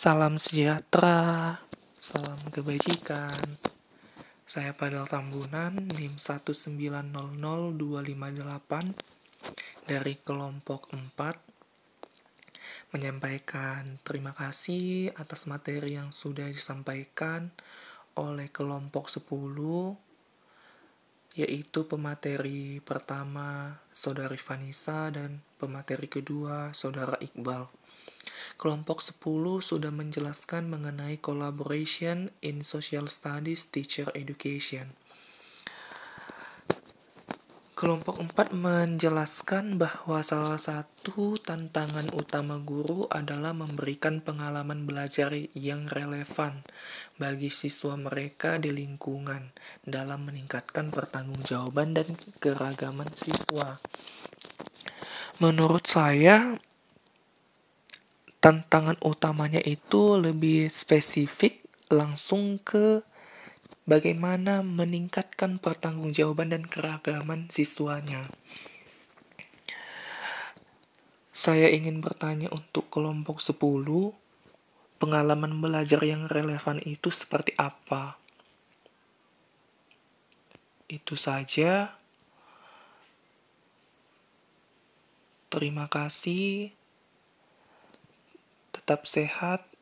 Salam sejahtera, salam kebajikan. Saya Padal Tambunan, NIM 1900258 dari kelompok 4 menyampaikan terima kasih atas materi yang sudah disampaikan oleh kelompok 10, yaitu pemateri pertama Saudari Vanessa dan pemateri kedua Saudara Iqbal. Kelompok 10 sudah menjelaskan mengenai collaboration in social studies teacher education. Kelompok 4 menjelaskan bahwa salah satu tantangan utama guru adalah memberikan pengalaman belajar yang relevan bagi siswa mereka di lingkungan dalam meningkatkan pertanggungjawaban dan keragaman siswa. Menurut saya, tantangan utamanya itu lebih spesifik langsung ke bagaimana meningkatkan pertanggungjawaban dan keragaman siswanya. Saya ingin bertanya untuk kelompok 10, pengalaman belajar yang relevan itu seperti apa? Itu saja. Terima kasih. Tetap sehat.